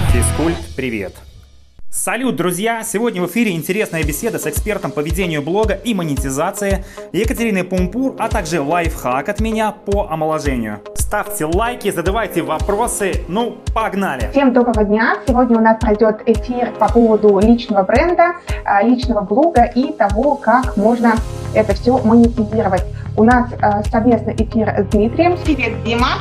Физкульт, привет! Салют, друзья! Сегодня в эфире интересная беседа с экспертом по ведению блога и монетизации Екатериной Пумпур, а также лайфхак от меня по омоложению. Ставьте лайки, задавайте вопросы, ну, погнали! Всем доброго дня! Сегодня у нас пройдет эфир по поводу личного бренда, личного блога и того, как можно это все монетизировать. У нас совместный эфир с Дмитрием. Привет, Дима!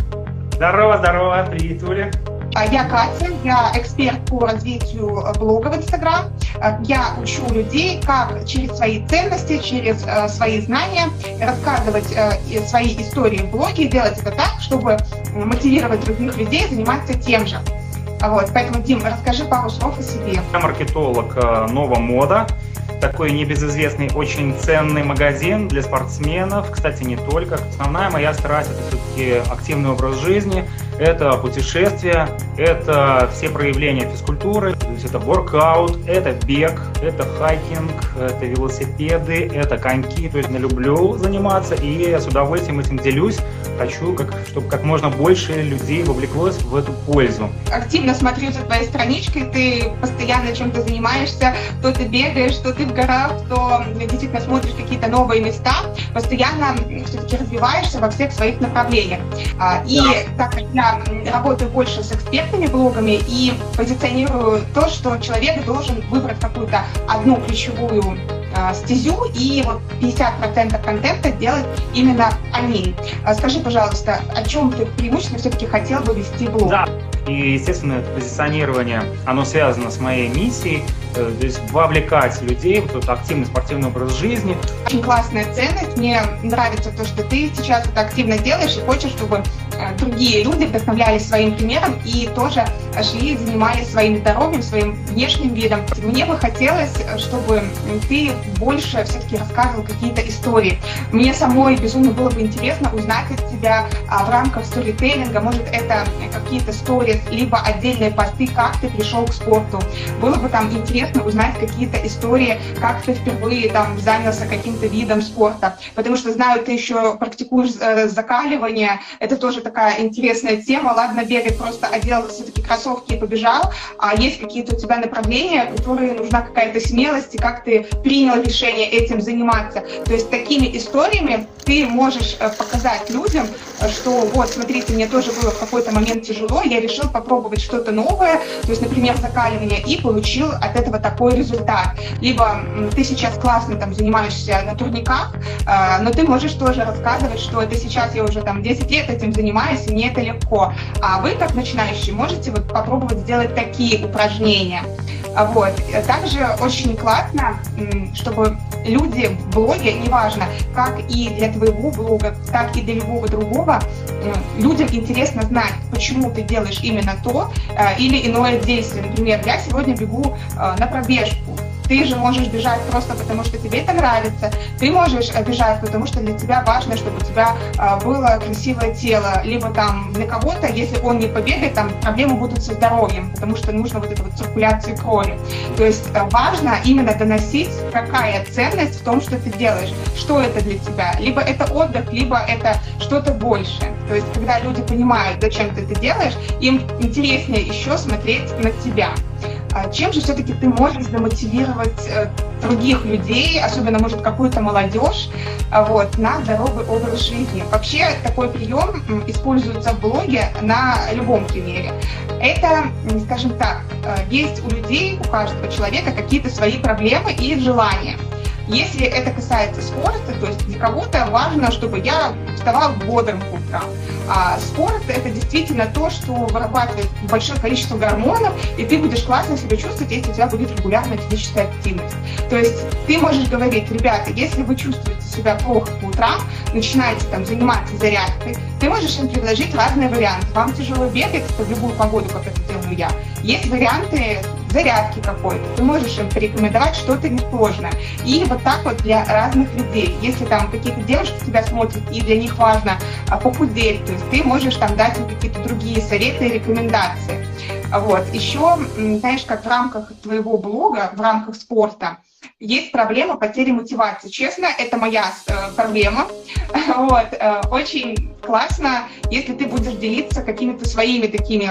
Здорово, привет, Юля! Я Катя, я эксперт по развитию блога в Инстаграм. Я учу людей, как через свои ценности, через свои знания рассказывать свои истории в блоге, делать это так, чтобы мотивировать других людей заниматься тем же. Вот, поэтому, Дим, расскажи пару слов о себе. Я маркетолог Нова Мода. Такой небезызвестный, очень ценный магазин для спортсменов. Кстати, не только. Основная моя страсть – это все-таки активный образ жизни, это путешествия, это все проявления физкультуры. То есть это воркаут, это бег, это хайкинг, это велосипеды, это коньки. То есть я люблю заниматься, и я с удовольствием этим делюсь. Хочу, чтобы как можно больше людей вовлеклось в эту пользу. Активно смотрю за твоей страничкой, ты постоянно чем-то занимаешься, то ты бегаешь, то ты в горах, то действительно смотришь какие-то новые места, постоянно все-таки развиваешься во всех своих направлениях. И так как я работаю больше с экспертными блогами и позиционирую то, что человек должен выбрать какую-то одну ключевую стезю, и вот 50% контента делать именно о ней. Скажи, пожалуйста, о чем ты преимущественно все-таки хотел бы вести блог? Да. И, естественно, это позиционирование, оно связано с моей миссией, то есть вовлекать людей в этот активный спортивный образ жизни. Очень классная ценность. Мне нравится то, что ты сейчас это активно делаешь и хочешь, чтобы другие люди вдохновлялись своим примером и тоже шли и занимались своим здоровьем, своим внешним видом. Мне бы хотелось, чтобы ты больше все-таки рассказывал какие-то истории. Мне самой безумно было бы интересно узнать от тебя в рамках сторителлинга, может, это какие-то сторис, либо отдельные посты, как ты пришел к спорту. Было бы там интересно узнать какие-то истории, как ты впервые там занялся каким-то видом спорта. Потому что знаю, ты еще практикуешь закаливание. Это тоже такая интересная тема. Ладно, бегать, просто одел все-таки кроссовки и побежал. А есть какие-то у тебя направления, которые нужна какая-то смелость, и как ты принял решение этим заниматься. То есть такими историями ты можешь показать людям, что вот, смотрите, мне тоже было в какой-то момент тяжело, я решил попробовать что-то новое, то есть, например, закаливание, и получил от этого такой результат. Либо ты сейчас классно там занимаешься на турниках, но ты можешь тоже рассказывать, что это сейчас я уже там 10 лет этим занимаюсь, и мне это легко. А вы, как начинающие, можете вот попробовать сделать такие упражнения. Вот. Также очень классно, чтобы люди в блоге, неважно, как и для твоего блога, так и для любого другого, людям интересно знать, почему ты делаешь именно то или иное действие. Например, я сегодня бегу на пробежку. Ты же можешь бежать просто потому, что тебе это нравится. Ты можешь бежать, потому что для тебя важно, чтобы у тебя было красивое тело. Либо там для кого-то, если он не побегает, там проблемы будут со здоровьем, потому что нужно вот эта вот циркуляция крови. То есть важно именно доносить, какая ценность в том, что ты делаешь. Что это для тебя? Либо это отдых, либо это что-то большее. То есть когда люди понимают, зачем ты это делаешь, им интереснее еще смотреть на тебя. Чем же все-таки ты можешь замотивировать других людей, особенно, может, какую-то молодежь, вот, на здоровый образ жизни? Вообще такой прием используется в блоге на любом примере. Это, скажем так, есть у людей, у каждого человека какие-то свои проблемы и желания. Если это касается спорта, то есть для кого-то важно, чтобы я вставал бодрым по утрам. А спорт – это действительно то, что вырабатывает большое количество гормонов, и ты будешь классно себя чувствовать, если у тебя будет регулярная физическая активность. То есть ты можешь говорить: ребята, если вы чувствуете себя плохо по утрам, начинаете там заниматься зарядкой, ты можешь им предложить разные варианты. Вам тяжело бегать в любую погоду, как это делаю я. Есть варианты зарядки какой-то, ты можешь им порекомендовать что-то несложное. И вот так вот для разных людей. Если там какие-то девушки тебя смотрят, и для них важно похудеть, то есть ты можешь там дать им какие-то другие советы и рекомендации. Вот. Еще, знаешь, как в рамках твоего блога, в рамках спорта, есть проблема потери мотивации. Честно, это моя проблема. Вот. Очень классно, если ты будешь делиться какими-то своими такими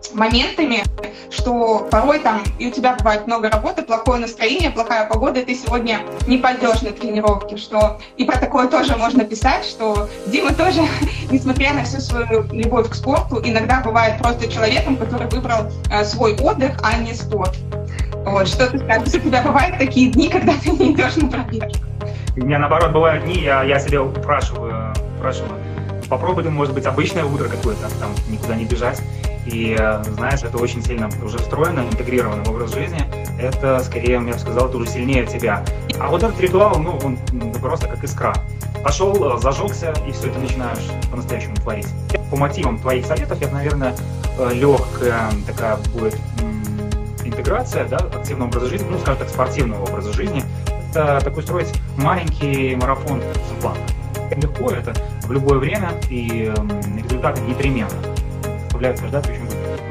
моментами, что порой там и у тебя бывает много работы, плохое настроение, плохая погода, и ты сегодня не пойдешь на тренировки, что и про такое тоже можно писать, что Дима тоже, несмотря на всю свою любовь к спорту, иногда бывает просто человеком, который выбрал свой отдых, а не спорт. Вот, что ты скажешь, у тебя бывают такие дни, когда ты не идешь на пробежку? У меня, наоборот, бывают дни, я себя упрашиваю, попробуй, может быть, обычное утро какое-то, там, никуда не бежать. И, знаешь, это очень сильно уже встроено, интегрировано в образ жизни. Это, скорее, я бы сказал, это уже сильнее тебя. А вот этот ритуал, ну, он просто как искра. Пошел, зажегся, и все, ты начинаешь по-настоящему творить. По мотивам твоих советов, это, наверное, легкая такая будет интеграция, да, активного образа жизни, ну, скажем так, спортивного образа жизни. Это такой строить маленький марафон с планом. Легко это в любое время, и результаты непременно. Да, очень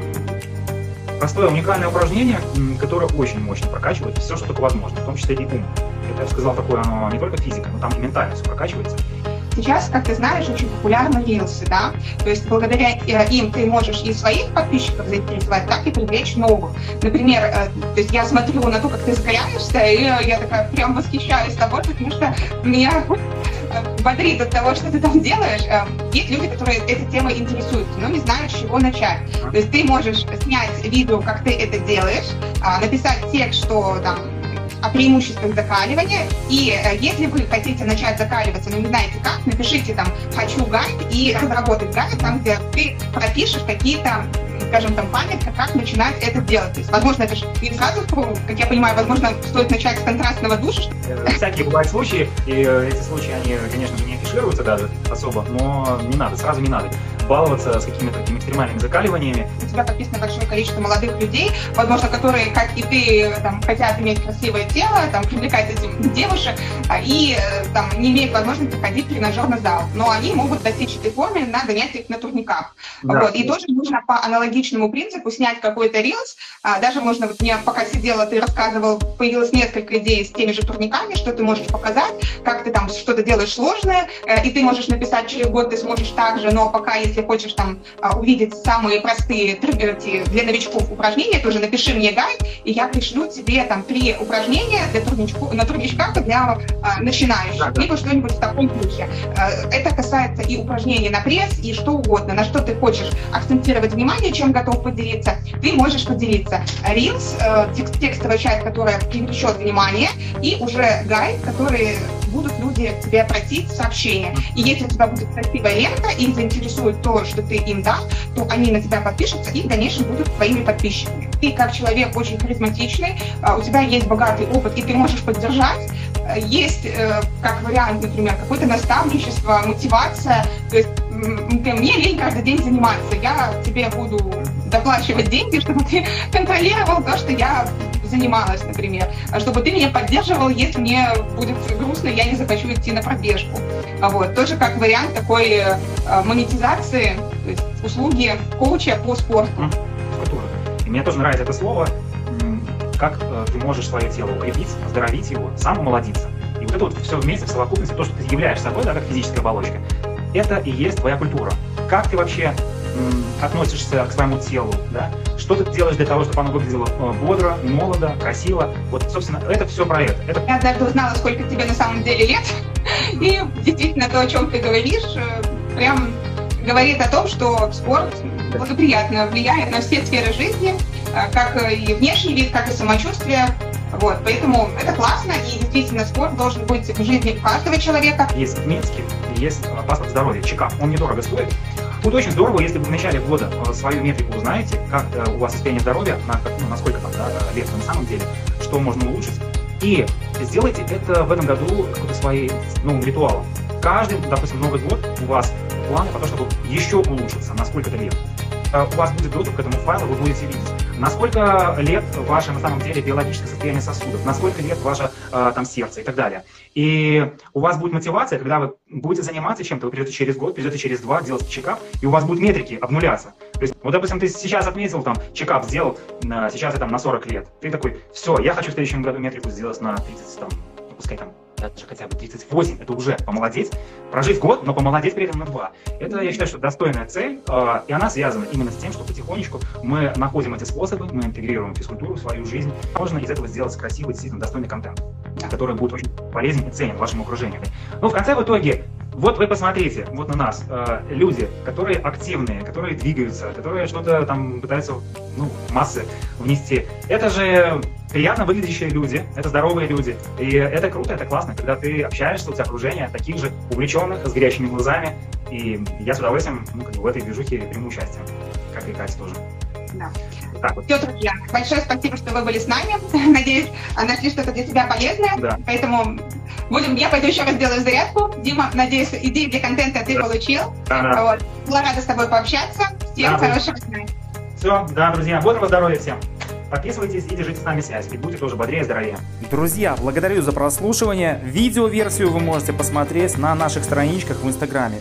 простое уникальное упражнение, которое очень мощно прокачивает все, что только возможно, в том числе и ум. Это, я бы сказал, такое оно не только физика, но там и ментально все прокачивается. Сейчас, как ты знаешь, очень популярны рилсы, да, то есть благодаря им ты можешь и своих подписчиков заинтересовать, так и привлечь новых. Например, то есть я смотрю на то, как ты загоряешься, и я такая прям восхищаюсь тобой, потому что меня бодрит от того, что ты там делаешь. Есть люди, которые этой темой интересуются, но не знают, с чего начать. То есть ты можешь снять видео, как ты это делаешь, написать текст, что там о преимуществах закаливания, и если вы хотите начать закаливаться, но не знаете как, напишите там «хочу гайд» и разработать гайд, там, где ты пропишешь какие-то, скажем, там, памятка, как начинать это делать. То есть, возможно, это же не сразу, как я понимаю, возможно, стоит начать с контрастного душа. Всякие бывают случаи, и эти случаи, они, конечно же, не афишируются даже особо, но не надо, сразу не надо баловаться с какими-то такими экстремальными закаливаниями. У тебя подписано большое количество молодых людей, возможно, которые, как и ты, там, хотят иметь красивое тело, там, привлекать этим девушек и там, не имеют возможности ходить в тренажерный зал. Но они могут достичь этой формы на занятиях на турниках. Да. Вот. И тоже нужно по аналогичному принципу снять какой-то рилс. Даже можно, вот мне пока сидела, ты рассказывал, появилось несколько идей с теми же турниками, что ты можешь показать, как ты там что-то делаешь сложное, и ты можешь написать, через год ты сможешь так же, но пока, если хочешь там увидеть самые простые для новичков упражнения, тоже напиши мне гайд, и я пришлю тебе там 3 упражнения на турничках для начинающих, либо что-нибудь в таком духе. Это касается и упражнений на пресс, и что угодно, на что ты хочешь акцентировать внимание, чем готов поделиться, ты можешь поделиться. Reels, текстовая часть, которая привлечет внимание, и уже гайд, который будут люди тебе просить сообщения. И если у тебя будет красивая лента и заинтересует то, что ты им дашь, то они на тебя подпишутся и в дальнейшем будут твоими подписчиками. Ты как человек очень харизматичный, у тебя есть богатый опыт, и ты можешь поддержать. Есть как вариант, например, какое-то наставничество, мотивация. То есть мне лень каждый день заниматься. Я тебе буду доплачивать деньги, чтобы ты контролировал то, что я занималась, например, чтобы ты меня поддерживал, если мне будет грустно, я не захочу идти на пробежку. Вот. Тоже как вариант такой монетизации, то есть услуги коуча по спорту. И мне тоже нравится это слово, как ты можешь свое тело укрепить, оздоровить его, сам умолодиться. И вот это вот все вместе, в совокупности, то, что ты являешь собой, да, как физическая оболочка, это и есть твоя культура. Как ты вообще относишься к своему телу, да? Что ты делаешь для того, чтобы оно выглядело бодро, молодо, красиво? Вот, собственно, это все про это. Я однажды узнала, сколько тебе на самом деле лет, и действительно то, о чем ты говоришь, прям говорит о том, что спорт благоприятно влияет на все сферы жизни, как и внешний вид, как и самочувствие. Вот, поэтому это классно, и действительно спорт должен быть в жизни каждого человека. Есть в Минске, есть паспорт здоровья, чекап, он недорого стоит. Тут очень здорово, если вы в начале года свою метрику узнаете, как у вас состояние здоровья, насколько там, да, лет на самом деле, что можно улучшить. И сделайте это в этом году каким-то своим новым ритуалом. Каждый, допустим, Новый год у вас планы по тому, чтобы еще улучшиться на сколько-то лет. У вас будет доступ к этому файлу, вы будете видеть, насколько лет ваше на самом деле биологическое состояние сосудов, насколько лет ваше там сердце и так далее. И у вас будет мотивация, когда вы будете заниматься чем-то, вы придете через год, придете через 2, делать чекап, и у вас будут метрики обнуляться. То есть, вот, допустим, ты сейчас отметил, там, чекап сделал, сейчас я там на 40 лет. Ты такой, все, я хочу в следующем году метрику сделать на 30, там, пускай там даже хотя бы 38, это уже помолодеть. Прожить год, но помолодеть при этом на 2. Это, я считаю, что достойная цель, и она связана именно с тем, что потихонечку мы находим эти способы, мы интегрируем физкультуру в свою жизнь. Можно из этого сделать красивый, действительно достойный контент, который будет очень полезен и ценен вашему окружению. Но в конце, в итоге, вот вы посмотрите, вот на нас, люди, которые активные, которые двигаются, которые что-то там пытаются, массы внести. Это же приятно выглядящие люди, это здоровые люди. И это круто, это классно, когда ты общаешься, у тебя окружение таких же увлеченных, с горящими глазами. И я с удовольствием в этой движухе приму участие, как и Катя тоже. Да. Так вот. Все, друзья, большое спасибо, что вы были с нами. Надеюсь, нашли что-то для себя полезное. Да. Поэтому я пойду еще раз сделаю зарядку. Дима, надеюсь, идеи для контента ты получил. Да. Вот. Была рада с тобой пообщаться. Всем хорошего дня. Все, да, друзья, бодрого здоровья всем. Подписывайтесь и держите с нами связь, и будете тоже бодрее и здоровее. Друзья, благодарю за прослушивание. Видеоверсию вы можете посмотреть на наших страничках в Инстаграме.